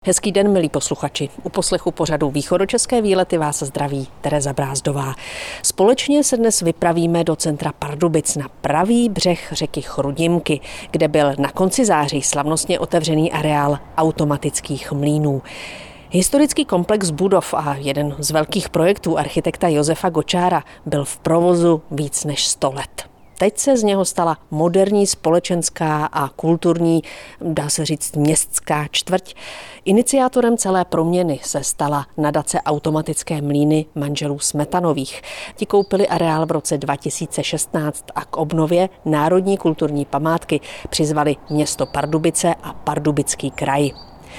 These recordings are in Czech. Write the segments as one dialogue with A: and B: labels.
A: Hezký den, milí posluchači. U poslechu pořadu Východočeské výlety vás zdraví Tereza Brázdová. Společně se dnes vypravíme do centra Pardubic na pravý břeh řeky Chrudimky, kde byl na konci září slavnostně otevřený areál automatických mlýnů. Historický komplex budov a jeden z velkých projektů architekta Josefa Gočára byl v provozu víc než 100 let. Teď se z něho stala moderní společenská a kulturní, dá se říct, městská čtvrť. Iniciátorem celé proměny se stala nadace Automatické mlýny manželů Smetanových. Ti koupili areál v roce 2016 a k obnově národní kulturní památky přizvali město Pardubice a Pardubický kraj.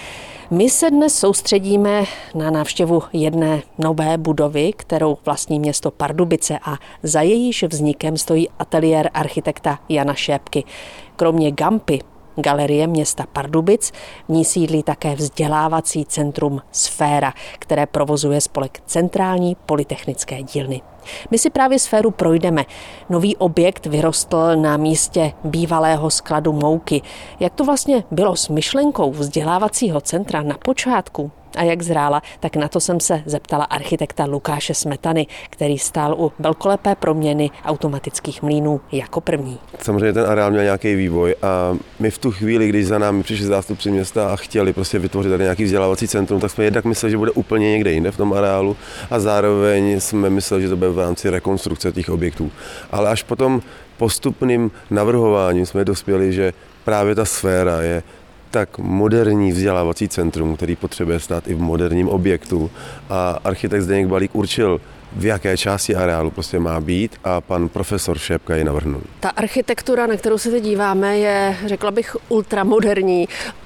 A: My se dnes soustředíme na návštěvu jedné nové budovy, kterou vlastní město Pardubice a za jejíž vznikem stojí ateliér architekta Jana Šépky. Kromě Gampy, galerie města Pardubic, v ní sídlí také vzdělávací centrum Sféra, které provozuje spolek Centrální polytechnické dílny. My si právě Sféru projdeme. Nový objekt vyrostl na místě bývalého skladu mouky. Jak to vlastně bylo s myšlenkou vzdělávacího centra na počátku a jak zrála, tak na to jsem se zeptala architekta Lukáše Smetany, který stál u velkolepé proměny automatických mlýnů jako první.
B: Samozřejmě ten areál měl nějaký vývoj a my v tu chvíli, když za námi přišli zástupci města a chtěli prostě vytvořit tady nějaký vzdělávací centrum, tak jsme jednak mysleli, že bude úplně někde jinde v tom areálu a zároveň jsme mysleli, že to bude v rámci rekonstrukce těch objektů. Ale až potom postupným navrhováním jsme dospěli, že právě ta Sféra je tak moderní vzdělávací centrum, který potřebuje stát i v moderním objektu. A architekt Zdeněk Balík určil, v jaké části areálu prostě má být a pan profesor Šépka ji navrhnul.
A: Ta architektura, na kterou se teď díváme, je, řekla bych, ultramoderní.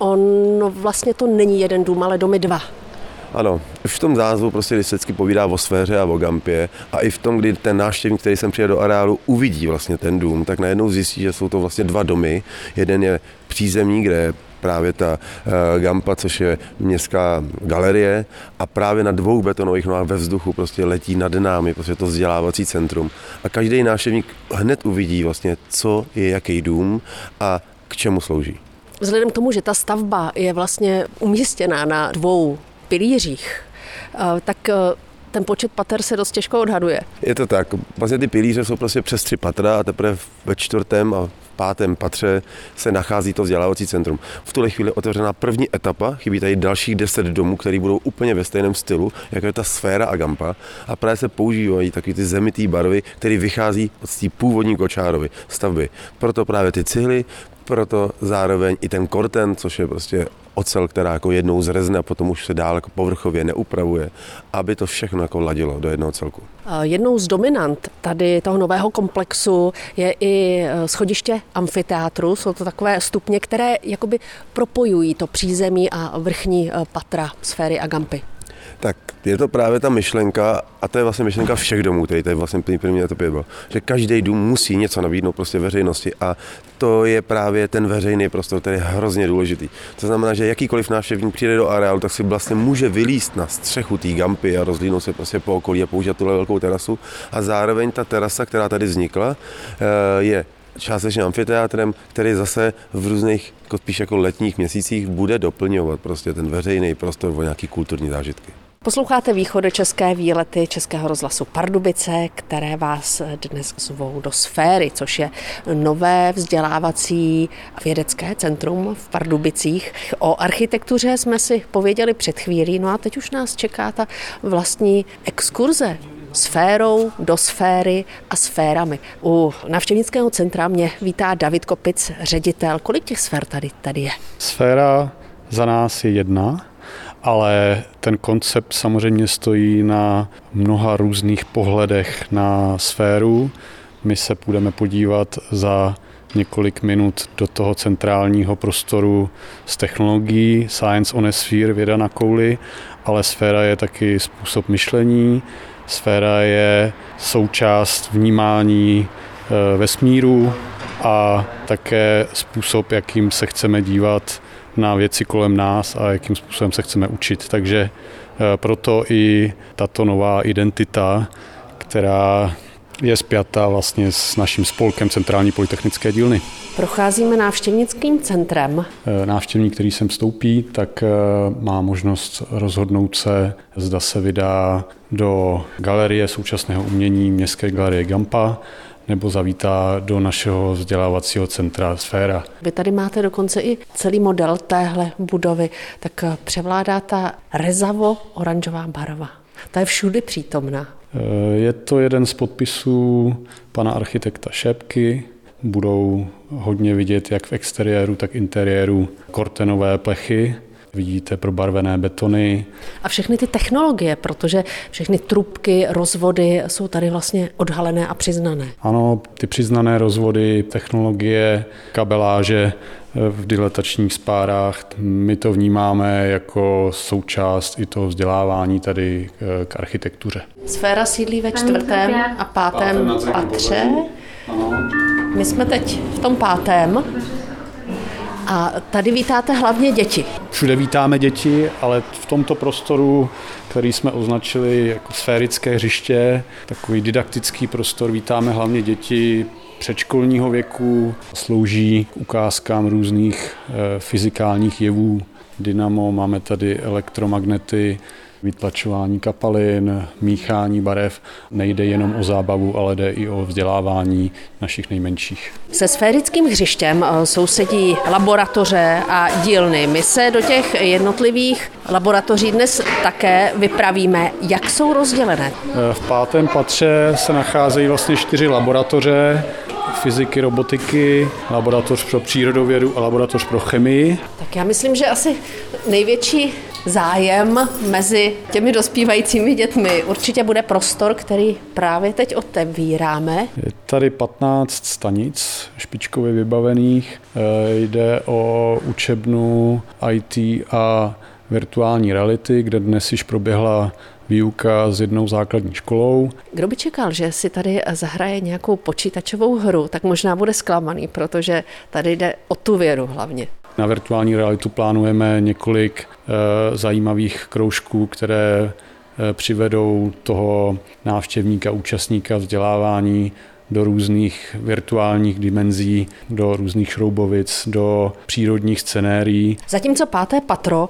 A: No, vlastně to není jeden dům, ale domy dva.
B: Ano, už v tom názvu prostě vždycky povídá o Sféře a o Gampě a i v tom, kdy ten návštěvník, který sem přijde do areálu, uvidí vlastně ten dům, tak najednou zjistí, že jsou to vlastně dva domy. Jeden je přízemní, kde je právě ta Gampa, což je městská galerie a právě na 2 betonových nohách ve vzduchu prostě letí nad námi, prostě to vzdělávací centrum. A každý návštěvník hned uvidí vlastně, co je jaký dům a k čemu slouží.
A: Vzhledem k tomu, že ta stavba je vlastně umístěná na 2 pilířích, tak ten počet pater se dost těžko odhaduje.
B: Je to tak. Vlastně ty pilíře jsou prostě přes 3 patra a teprve ve 4. a 5. patře se nachází to vzdělávací centrum. V tuhle chvíli otevřená první etapa, chybí tady dalších 10 domů, které budou úplně ve stejném stylu, jako je ta Sféra a Gampa. A právě se používají taky ty zemitý barvy, které vychází od té původní Gočárovy stavby. Proto právě ty cihly, proto zároveň i ten korten, což je prostě ocel, která jako jednou zrezne a potom už se dál jako povrchově neupravuje, aby to všechno jako ladilo do jednoho celku.
A: Jednou z dominant tady toho nového komplexu je i schodiště amfiteátru. Jsou to takové stupně, které jakoby propojují to přízemí a vrchní patra Sféry a Gampy.
B: Tak je to právě ta myšlenka, a to je vlastně myšlenka všech domů, který tady vlastně první etapě byl, že každý dům musí něco nabídnout prostě veřejnosti a to je právě ten veřejný prostor, který je hrozně důležitý. To znamená, že jakýkoliv návštěvník přijde do areálu, tak si vlastně může vylízt na střechu té Gampy a rozhlídnout se prostě po okolí a použít tuhle velkou terasu a zároveň ta terasa, která tady vznikla, je částečně amfiteátrem, který zase v různých, spíš jako letních měsících bude doplňovat prostě ten veřejný prostor o nějaký kulturní zážitky.
A: Posloucháte Východočeské výlety Českého rozhlasu Pardubice, které vás dnes zvou do Sféry, což je nové vzdělávací a vědecké centrum v Pardubicích. O architektuře jsme si pověděli před chvílí, no a teď už nás čeká ta vlastní exkurze Sférou, do Sféry a sférami. U návštěvnického centra mě vítá David Kopic, ředitel. Kolik těch sfér tady je?
C: Sféra za nás je 1, ale ten koncept samozřejmě stojí na mnoha různých pohledech na sféru. My se půjdeme podívat za několik minut do toho centrálního prostoru s technologií, Science on a Sphere, věda na kouli, ale sféra je taky způsob myšlení, sféra je součást vnímání vesmíru a také způsob, jakým se chceme dívat na věci kolem nás a jakým způsobem se chceme učit. Takže proto i tato nová identita, která je spjatá vlastně s naším spolkem Centrální polytechnické dílny.
A: Procházíme návštěvnickým centrem.
C: Návštěvník, který sem vstoupí, tak má možnost rozhodnout se, zda se vydá do galerie současného umění Městské galerie Gampa, nebo zavítá do našeho vzdělávacího centra Sféra.
A: Vy tady máte dokonce i celý model téhle budovy, tak převládá ta rezavo-oranžová barva. Ta je všudy přítomná.
C: Je to jeden z podpisů pana architekta Šépky. Budou hodně vidět jak v exteriéru, tak interiéru kortenové plechy. Vidíte probarvené betony.
A: A všechny ty technologie, protože všechny trubky, rozvody jsou tady vlastně odhalené a přiznané.
C: Ano, ty přiznané rozvody, technologie, kabeláže v dilatačních spárách, my to vnímáme jako součást i toho vzdělávání tady k architektuře.
A: Sféra sídlí ve 4. a 5. patře. My jsme teď v tom 5. A tady vítáte hlavně děti.
C: Všude vítáme děti, ale v tomto prostoru, který jsme označili jako sférické hřiště, takový didaktický prostor, vítáme hlavně děti předškolního věku, slouží k ukázkám různých fyzikálních jevů. Dynamo, máme tady elektromagnety, vytlačování kapalin, míchání barev. Nejde jenom o zábavu, ale jde i o vzdělávání našich nejmenších.
A: Se sférickým hřištěm sousedí laboratoře a dílny. My se do těch jednotlivých laboratoří dnes také vypravíme. Jak jsou rozdělené?
C: V 5. patře se nacházejí vlastně 4 laboratoře. Fyziky, robotiky, laboratoř pro přírodovědu a laboratoř pro chemii.
A: Tak já myslím, že asi největší zájem mezi těmi dospívajícími dětmi určitě bude prostor, který právě teď otevíráme.
C: Je tady 15 stanic špičkově vybavených. Jde o učebnu IT a virtuální reality, kde dnes již proběhla výuka s jednou základní školou.
A: Kdo by čekal, že si tady zahraje nějakou počítačovou hru, tak možná bude zklamaný, protože tady jde o tu vědu hlavně.
C: Na virtuální realitu plánujeme několik zajímavých kroužků, které přivedou toho návštěvníka, účastníka vzdělávání do různých virtuálních dimenzí, do různých šroubovic, do přírodních scenérií.
A: Zatímco 5. patro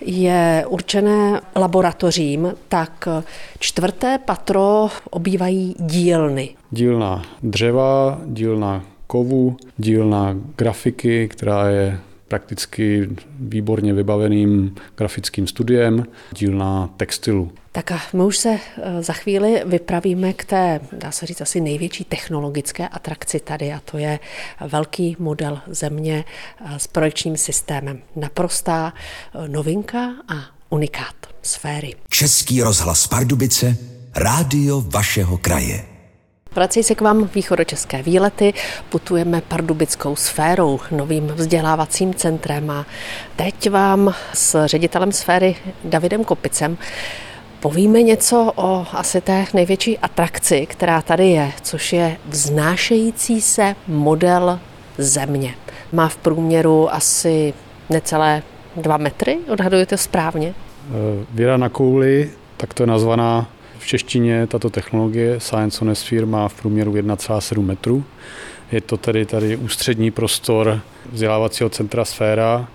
A: je určené laboratořím, tak 4. patro obývají dílny.
C: Dílna dřeva, dílna kovu, dílna grafiky, která je prakticky výborně vybaveným grafickým studiem, dílna textilu.
A: Tak a my už se za chvíli vypravíme k té, dá se říct, asi největší technologické atrakci tady, a to je velký model Země s projekčním systémem. Naprostá novinka a unikát Sféry.
D: Český rozhlas Pardubice, rádio vašeho kraje.
A: Vrací se k vám východočeské výlety, putujeme pardubickou Sférou, novým vzdělávacím centrem, a teď vám s ředitelem Sféry Davidem Kopicem povíme něco o asi té největší atrakci, která tady je, což je vznášející se model Země. Má v průměru asi necelé 2 metry, odhadujete to správně?
C: Věda na kouli, tak to je nazvaná v češtině tato technologie. Science on a Sphere má v průměru 1,7 metru. Je to tedy tady ústřední prostor vzdělávacího centra Sféra,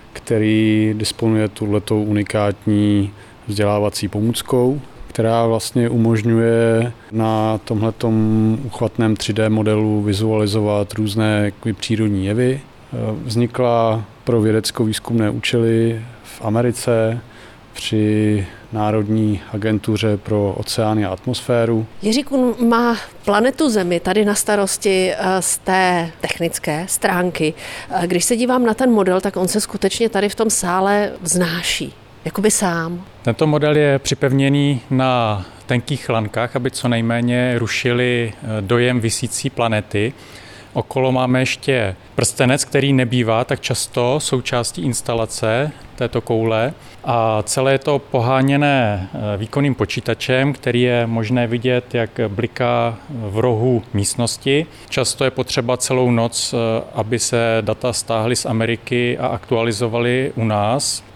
C: který disponuje tuhletou unikátní vzdělávací pomůckou, která vlastně umožňuje na tomhletom uchvatném 3D modelu vizualizovat různé přírodní jevy. Vznikla pro vědecko-výzkumné účely v Americe při Národní agentuře pro oceány a atmosféru.
A: Jiří Kun má planetu Zemi tady na starosti z té technické stránky. Když se dívám na ten model, tak on se skutečně tady v tom sále vznáší. Jakoby sám.
E: Tento model je připevněný na tenkých lankách, aby co nejméně rušili dojem visící planety. Okolo máme ještě prstenec, který nebývá tak často součástí instalace této koule, a celé je to poháněné výkonným počítačem, který je možné vidět, jak bliká v rohu místnosti. Často je potřeba celou noc, aby se data stáhly z Ameriky a aktualizovaly u nás.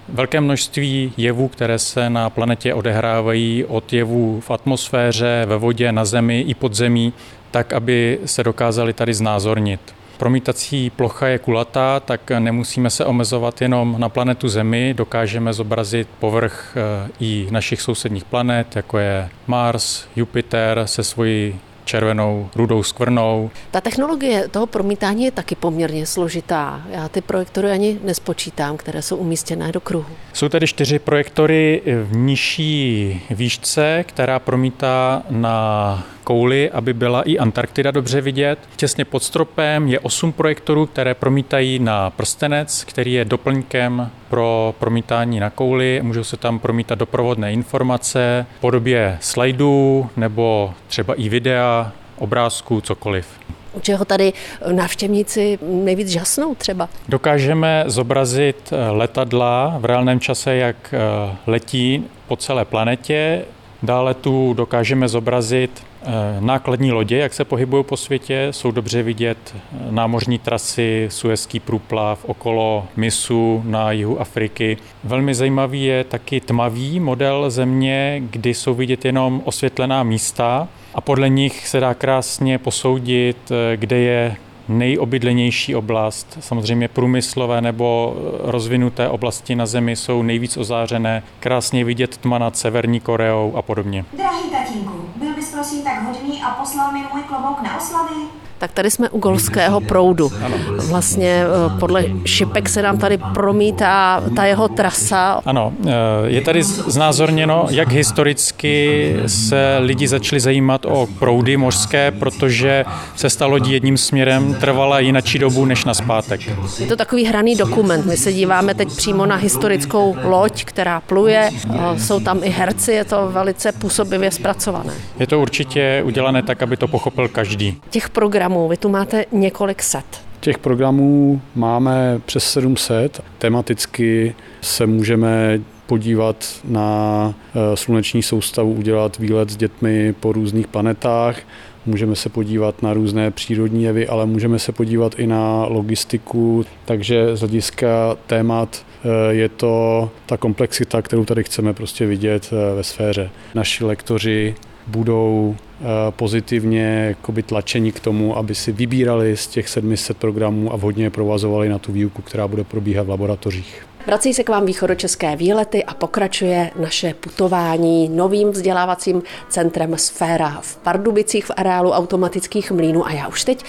E: velké množství jevů, které se na planetě odehrávají, od jevů v atmosféře, ve vodě, na zemi i pod zemí, tak aby se dokázali tady znázornit. Promítací plocha je kulatá, tak nemusíme se omezovat jenom na planetu Zemi, dokážeme zobrazit povrch i našich sousedních planet, jako je Mars, Jupiter se svojí červenou, rudou skvrnou.
A: Ta technologie toho promítání je taky poměrně složitá. Já ty projektory ani nespočítám, které jsou umístěné do kruhu.
E: Jsou tady 4 projektory v nižší výšce, která promítá na kouli, aby byla i Antarktida dobře vidět. Těsně pod stropem je 8 projektorů, které promítají na prstenec, který je doplňkem pro promítání na kouli. Můžou se tam promítat doprovodné informace v podobě slajdů nebo třeba i videa, obrázků, cokoliv.
A: U čeho tady návštěvníci nejvíc žasnou třeba?
E: Dokážeme zobrazit letadla v reálném čase, jak letí po celé planetě. Dále tu dokážeme zobrazit nákladní lodě, jak se pohybují po světě. Jsou dobře vidět námořní trasy, Suezský průplav, okolo mysu na jihu Afriky. Velmi zajímavý je taky tmavý model země, kdy jsou vidět jenom osvětlená místa a podle nich se dá krásně posoudit, kde je nejobydlenější oblast. Samozřejmě průmyslové nebo rozvinuté oblasti na Zemi jsou nejvíc ozářené. Krásně vidět tma nad Severní Koreou a podobně.
F: Drahý tatínku, byl bys prosím tak hodný a poslal mi můj klobouk na oslavy?
A: Tak tady jsme u Golského proudu. Vlastně podle šipek se nám tady promítá ta jeho trasa.
E: Ano, je tady znázorněno, jak historicky se lidi začali zajímat o proudy mořské, protože cesta lodí jedním směrem trvala jinačí dobu než nazpátek.
A: Je to takový hraný dokument. My se díváme teď přímo na historickou loď, která pluje. Jsou tam i herci, je to velice působivě zpracované.
E: Je to určitě udělané tak, aby to pochopil každý.
A: Těch programů, vy tu máte několik set.
C: Těch programů máme přes 700. Tematicky se můžeme podívat na sluneční soustavu, udělat výlet s dětmi po různých planetách. Můžeme se podívat na různé přírodní jevy, ale můžeme se podívat i na logistiku. Takže z hlediska témat je to ta komplexita, kterou tady chceme prostě vidět ve sféře. Naši lektoři budou pozitivně tlačeni k tomu, aby si vybírali z těch 700 programů a vhodně je provazovali na tu výuku, která bude probíhat v laboratořích.
A: Vrací se k vám východočeské výlety a pokračuje naše putování novým vzdělávacím centrem Sféra v Pardubicích v areálu automatických mlýnů a já už teď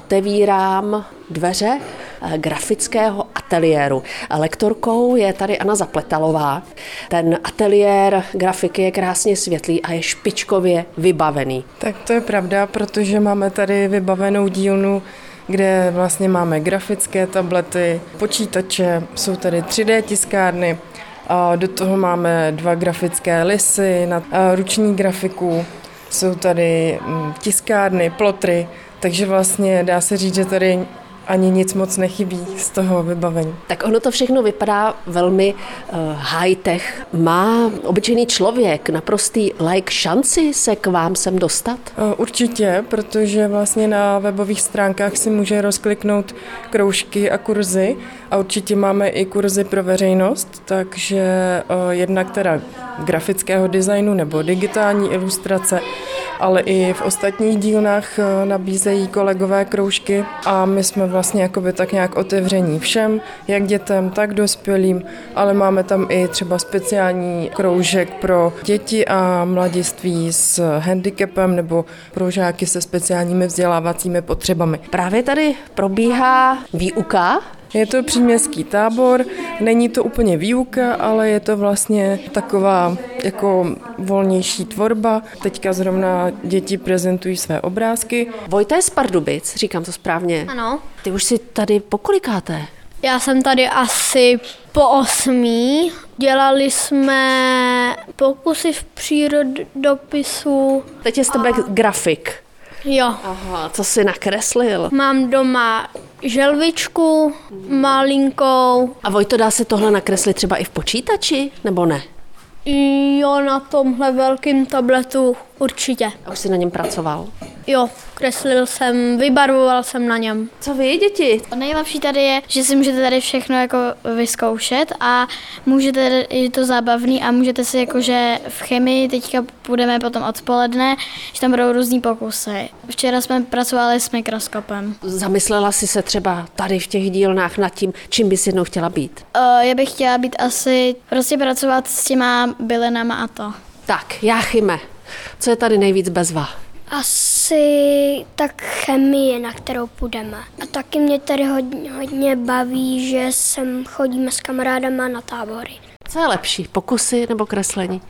A: otevírám dveře grafického ateliéru. Lektorkou je tady Anna Zapletalová. Ten ateliér grafiky je krásně světlý a je špičkově vybavený.
G: Tak to je pravda, protože máme tady vybavenou dílnu, kde vlastně máme grafické tablety, počítače, jsou tady 3D tiskárny, a do toho máme 2 grafické lisy na ruční grafiku, jsou tady tiskárny, plotry, takže vlastně dá se říct, že tady ani nic moc nechybí z toho vybavení.
A: Tak ono to všechno vypadá velmi high-tech. Má obyčejný člověk, naprostý laik, šanci se k vám sem dostat?
G: Určitě, protože vlastně na webových stránkách si může rozkliknout kroužky a kurzy a určitě máme i kurzy pro veřejnost, takže jednak teda grafického designu nebo digitální ilustrace, ale i v ostatních dílnách nabízejí kolegové kroužky a my jsme vlastně jakoby tak nějak otevření všem, jak dětem, tak dospělým, ale máme tam i třeba speciální kroužek pro děti a mladiství s handicapem nebo pro žáky se speciálními vzdělávacími potřebami.
A: Právě tady probíhá výuka.
G: Je to příměstský tábor, není to úplně výuka, ale je to vlastně taková jako volnější tvorba. Teďka zrovna děti prezentují své obrázky.
A: Vojta je z Pardubic, říkám to správně.
H: Ano.
A: Ty už si tady pokolikáte?
H: Já jsem tady asi po 8. Dělali jsme pokusy v přírodopisu.
A: Teď je z tebe grafik.
H: Jo.
A: Aha, co jsi nakreslil?
H: Mám doma želvičku malinkou.
A: A Vojto, dá se tohle nakreslit třeba i v počítači, nebo ne?
H: Jo, na tomhle velkém tabletu určitě.
A: A už jsi na něm pracoval?
H: Jo, kreslil jsem, vybarvoval jsem na něm.
A: Co vy, děti?
I: Nejlepší tady je, že si můžete tady všechno jako vyzkoušet a můžete, je to zábavný a můžete si jakože v chemii, teďka půjdeme potom odpoledne, že tam budou různý pokusy. Včera jsme pracovali s mikroskopem.
A: Zamyslela jsi se třeba tady v těch dílnách nad tím, čím bys jednou chtěla být?
I: Já bych chtěla být asi prostě pracovat s těma bylinama a to.
A: Tak, Jáchyme, co je tady nejvíc bezva?
J: Asi tak chemie, na kterou půjdeme. A taky mě tady hodně baví, že chodíme s kamarádama na tábory.
A: Co je lepší, pokusy nebo kreslení?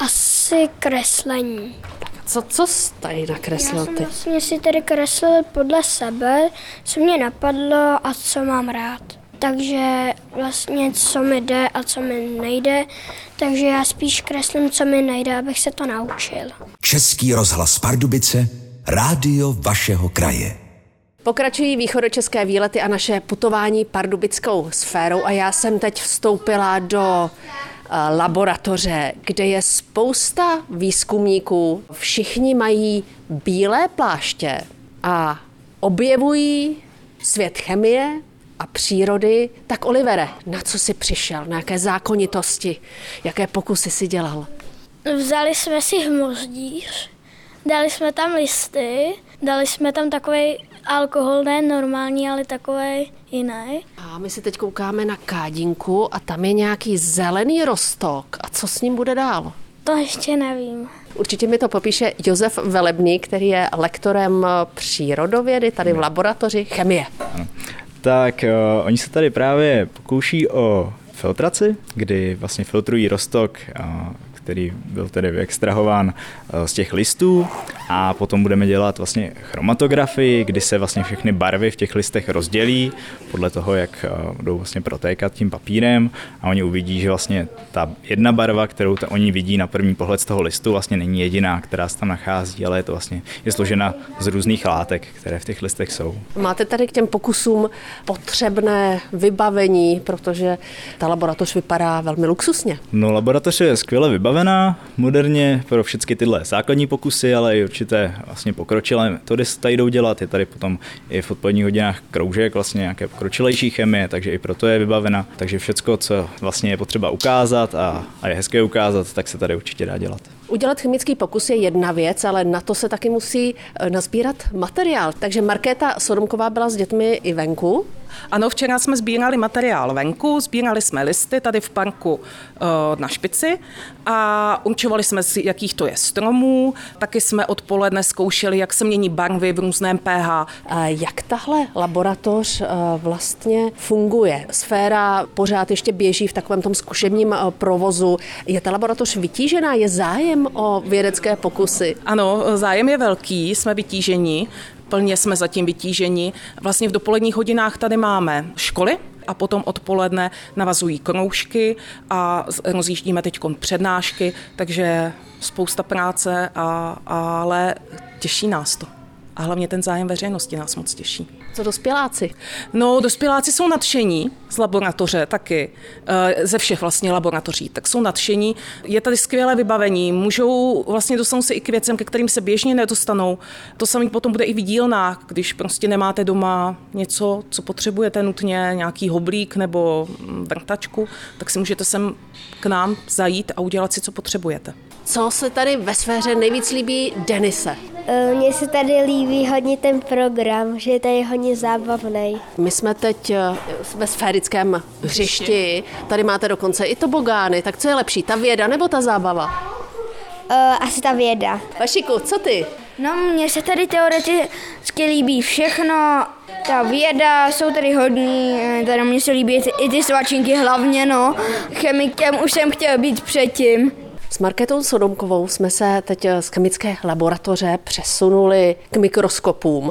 J: Asi kreslení.
A: Co jsi tady nakreslil ty?
J: Já jsem vlastně si tady kreslil podle sebe, co mě napadlo a co mám rád. Takže vlastně co mi jde a co mi nejde, takže já spíš kreslím, co mi nejde, abych se to naučil.
D: Český rozhlas Pardubice, rádio vašeho kraje.
A: Pokračují východočeské výlety a naše putování pardubickou sférou a já jsem teď vstoupila do laboratoře, kde je spousta výzkumníků. Všichni mají bílé pláště a objevují svět chemie a přírody. Tak Olivere, na co jsi přišel? Na jaké zákonitosti? Jaké pokusy jsi dělal?
H: Vzali jsme si hmozdíř, dali jsme tam listy, dali jsme tam takovej alkohol, ne normální, ale takovej jiný.
A: A my si teď koukáme na kádinku a tam je nějaký zelený roztok. A co s ním bude dál?
H: To ještě nevím.
A: Určitě mi to popíše Josef Velebný, který je lektorem přírodovědy tady v laboratoři chemie.
K: Ano. Tak oni se tady právě pokouší o filtraci, kdy vlastně filtrují roztok, který byl tedy vyextrahován z těch listů a potom budeme dělat vlastně chromatografii, kdy se vlastně všechny barvy v těch listech rozdělí podle toho, jak budou vlastně protékat tím papírem a oni uvidí, že vlastně ta jedna barva, kterou oni vidí na první pohled z toho listu, vlastně není jediná, která se tam nachází, ale je to vlastně složena z různých látek, které v těch listech jsou.
A: Máte tady k těm pokusům potřebné vybavení, protože ta laboratoř vypadá velmi luxusně.
K: No, laboratoř je skvěle vybavená, moderně pro všechny tyhle základní pokusy, ale i určité vlastně pokročilé metody se tady jdou dělat. Je tady potom i v odpoledních hodinách kroužek, vlastně nějaké pokročilejší chemie, takže i proto je vybavena. Takže všecko, co vlastně je potřeba ukázat a je hezké ukázat, tak se tady určitě dá dělat.
A: Udělat chemický pokus je jedna věc, ale na to se taky musí nazbírat materiál. Takže Markéta Sodomková byla s dětmi i venku.
L: Ano, včera jsme sbírali materiál venku, sbírali jsme listy tady v parku na Špici a určovali jsme, z jakých to je stromů. Taky jsme odpoledne zkoušeli, jak se mění barvy v různém pH.
A: Jak tahle laboratoř vlastně funguje? Sféra pořád ještě běží v takovém tom zkušebním provozu. Je ta laboratoř vytížená? Je zájem o vědecké pokusy?
L: Ano, zájem je velký, jsme vytíženi. Plně jsme zatím vytíženi. Vlastně v dopoledních hodinách tady máme školy a potom odpoledne navazují kroužky a rozjíždíme teď přednášky, takže spousta práce, ale těší nás to. A hlavně ten zájem veřejnosti nás moc těší.
A: Co dospěláci?
L: No, dospěláci jsou nadšení z laboratoře taky, ze všech vlastně laboratoří, tak jsou nadšení. Je tady skvělé vybavení, můžou vlastně dostanou se i k věcem, ke kterým se běžně nedostanou. To samé potom bude i v dílnách, když prostě nemáte doma něco, co potřebujete nutně, nějaký hoblík nebo vrtačku, tak si můžete sem k nám zajít a udělat si, co potřebujete.
A: Co se tady ve sféře nejvíc líbí Denise?
J: Mně se tady líbí hodně ten program, že je tady hodně zábavný.
A: My jsme teď ve sférickém hřišti, tady máte dokonce i tobogány, tak co je lepší, ta věda nebo ta zábava?
J: Asi ta věda.
A: Vašiku, co ty?
H: No, mně se tady teoreticky líbí všechno, ta věda, jsou tady hodní, tady mně se líbí i ty svačinky hlavně, no. Chemikem už jsem chtěl být předtím.
A: S Markétou Sodomkovou jsme se teď z chemické laboratoře přesunuli k mikroskopům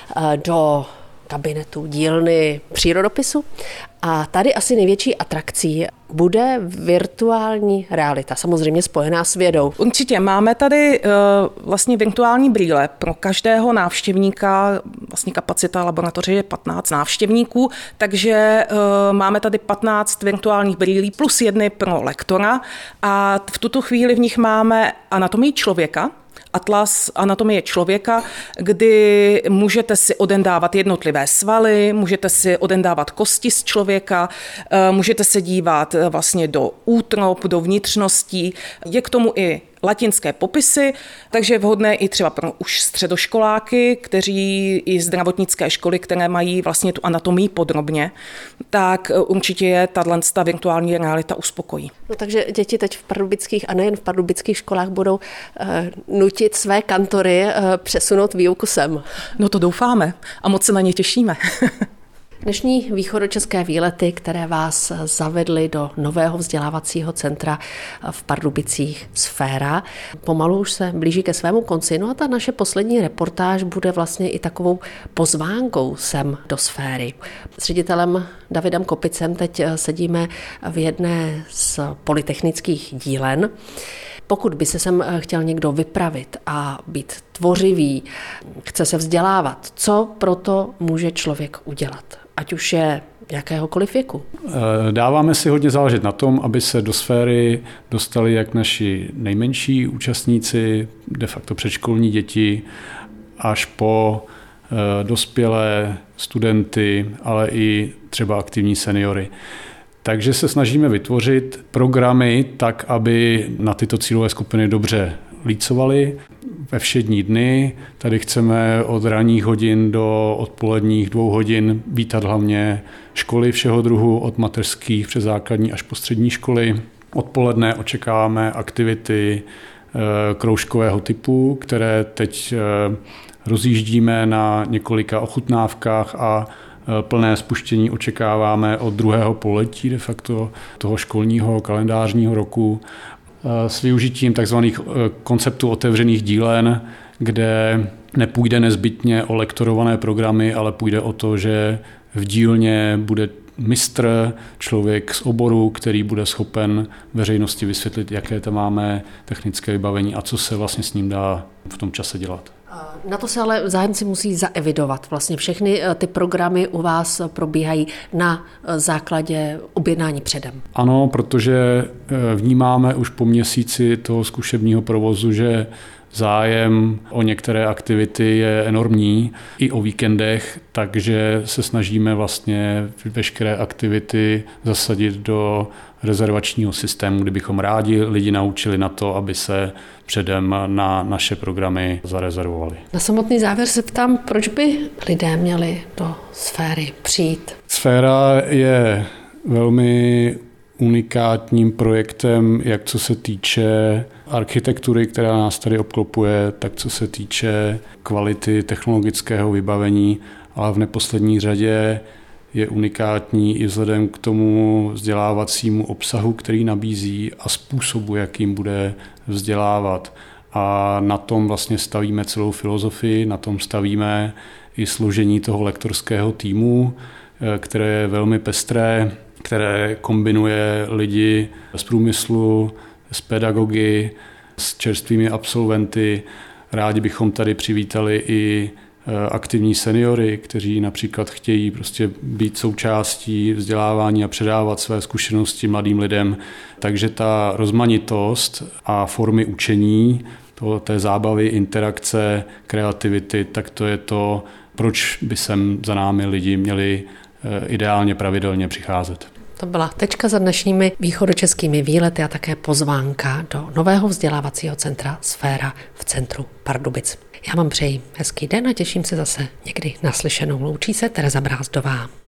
A: do kabinetu dílny přírodopisu. A tady asi největší atrakcí bude virtuální realita, samozřejmě spojená s vědou.
L: Určitě máme tady vlastně virtuální brýle pro každého návštěvníka, vlastně kapacita laboratoře je 15 návštěvníků, takže máme tady 15 virtuálních brýlí plus jedny pro lektora a v tuto chvíli v nich máme anatomii člověka, atlas anatomie člověka, kdy můžete si odendávat jednotlivé svaly, můžete si odendávat kosti z člověka, můžete se dívat vlastně do útrob, do vnitřností. Je k tomu i latinské popisy, takže je vhodné i třeba pro už středoškoláky, kteří i zdravotnické školy, které mají vlastně tu anatomii podrobně, tak určitě je tato virtuální realita uspokojí.
A: No, takže děti teď v pardubických a nejen v pardubických školách budou nutit své kantory přesunout výuku sem.
L: No to doufáme a moc se na ně těšíme.
A: Dnešní východočeské výlety, které vás zavedly do nového vzdělávacího centra v Pardubicích Sféra, pomalu už se blíží ke svému konci. No a ta naše poslední reportáž bude vlastně i takovou pozvánkou sem do Sféry. S ředitelem Davidem Kopicem teď sedíme v jedné z polytechnických dílen. Pokud by se sem chtěl někdo vypravit a být tvořivý, chce se vzdělávat, co proto může člověk udělat? Ať už je jakéhokoliv věku.
C: Dáváme si hodně záležet na tom, aby se do Sféry dostali jak naši nejmenší účastníci, de facto předškolní děti, až po dospělé studenty, ale i třeba aktivní seniory. Takže se snažíme vytvořit programy tak, aby na tyto cílové skupiny dobře lícovali. Ve všední dny tady chceme od ranních hodin do odpoledních 2 hodin vítat hlavně školy všeho druhu, od mateřských přes základní až po střední školy. Odpoledne očekáváme aktivity kroužkového typu, které teď rozjíždíme na několika ochutnávkách a plné spuštění očekáváme od druhého pololetí de facto toho školního kalendářního roku s využitím takzvaných konceptů otevřených dílen, kde nepůjde nezbytně o lektorované programy, ale půjde o to, že v dílně bude mistr, člověk z oboru, který bude schopen veřejnosti vysvětlit, jaké tam máme technické vybavení a co se vlastně s ním dá v tom čase dělat.
A: Na to se ale zájemci musí zaevidovat. Vlastně všechny ty programy u vás probíhají na základě objednání předem.
C: Ano, protože vnímáme už po měsíci toho zkušebního provozu, že zájem o některé aktivity je enormní, i o víkendech, takže se snažíme vlastně veškeré aktivity zasadit do rezervačního systému, kde bychom rádi lidi naučili na to, aby se předem na naše programy zarezervovali.
A: Na samotný závěr se ptám, proč by lidé měli do Sféry přijít?
C: Sféra je velmi unikátním projektem, jak co se týče architektury, která nás tady obklopuje, tak co se týče kvality technologického vybavení, ale v neposlední řadě je unikátní i vzhledem k tomu vzdělávacímu obsahu, který nabízí a způsobu, jakým bude vzdělávat. A na tom vlastně stavíme celou filozofii, na tom stavíme i složení toho lektorského týmu, které je velmi pestré, které kombinuje lidi z průmyslu, z pedagogy, s čerstvými absolventy. Rádi bychom tady přivítali i aktivní seniory, kteří například chtějí prostě být součástí vzdělávání a předávat své zkušenosti mladým lidem. Takže ta rozmanitost a formy učení, té zábavy, interakce, kreativity, tak to je to, proč by sem za námi lidi měli ideálně pravidelně přicházet.
A: To byla tečka za dnešními východočeskými výlety a také pozvánka do nového vzdělávacího centra Sféra v centru Pardubic. Já vám přeji hezký den a těším se zase někdy naslyšenou. Loučí se Tereza Brázdová.